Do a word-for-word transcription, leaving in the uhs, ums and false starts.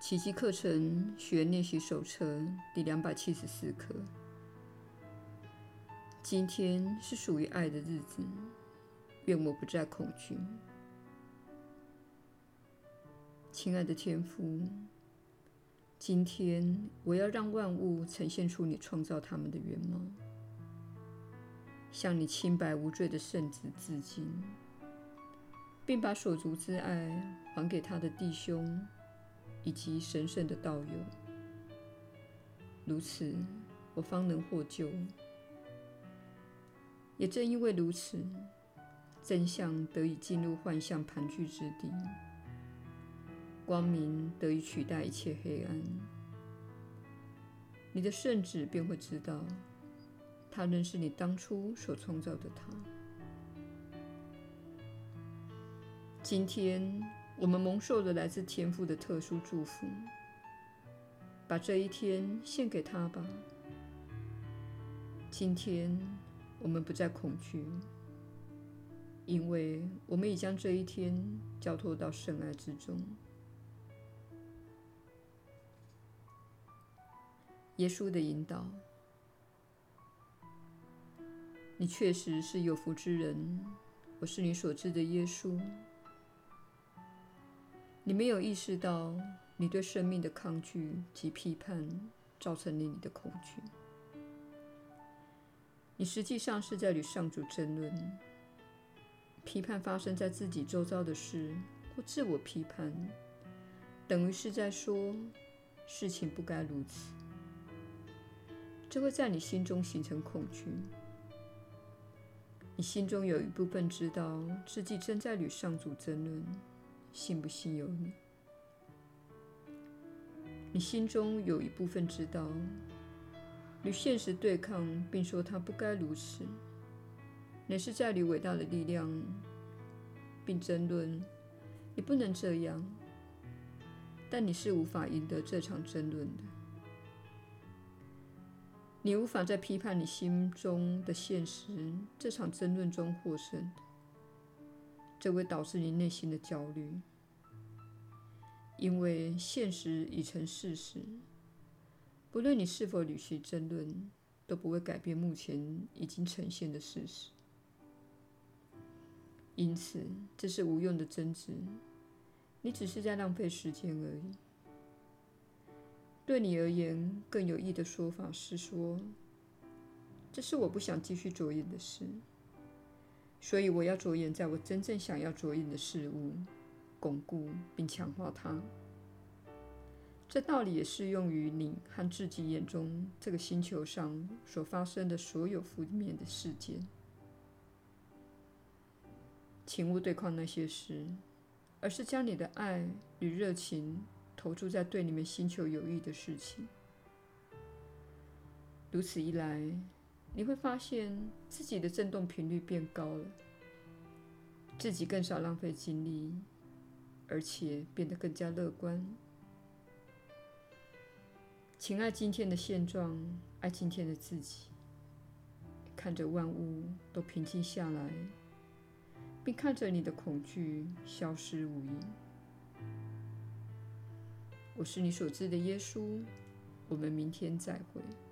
奇迹课程学员练习手册第两百七十四课。今天是属于爱的日子，愿我不再恐惧。亲爱的天父，今天我要让万物呈现出你创造它们的原貌，向你清白无罪的圣子致敬，并把手足之爱还给他的弟兄以及神圣的道友。如此，我方能获救。也正因为如此，真相得以进入幻象盘踞之地，光明得以取代一切黑暗。你的圣子便会知道，他仍是你当初所创造的他。今天我们蒙受了来自天父的特殊祝福，把这一天献给他吧。今天我们不再恐惧，因为我们已将这一天交托到圣爱之中。耶稣的引导，你确实是有福之人，我是你所知的耶稣。你没有意识到，你对生命的抗拒及批判造成了你的恐惧。你实际上是在与上主争论，批判发生在自己周遭的事，或自我批判，等于是在说事情不该如此。这会在你心中形成恐惧。你心中有一部分知道自己正在与上主争论，信不信由你。你心中有一部分知道与现实对抗，并说它不该如此，乃是在与伟大的力量，并争论你不能这样，但你是无法赢得这场争论的。你无法在批判你心中的现实这场争论中获胜的，这会导致你内心的焦虑，因为现实已成事实，不论你是否履行争论，都不会改变目前已经呈现的事实。因此，这是无用的争执，你只是在浪费时间而已。对你而言，更有益的说法是说，这是我不想继续着眼的事，所以我要着眼在我真正想要着眼的事物，巩固并强化它。这道理也适用于你和自己眼中这个星球上所发生的所有负面的事件。请勿对抗那些事，而是将你的爱与热情投注在对你们星球有益的事情。如此一来，你会发现自己的振动频率变高了，自己更少浪费精力，而且变得更加乐观。请爱今天的现状，爱今天的自己，看着万物都平静下来，并看着你的恐惧消失无影。我是你所知的耶稣，我们明天再会。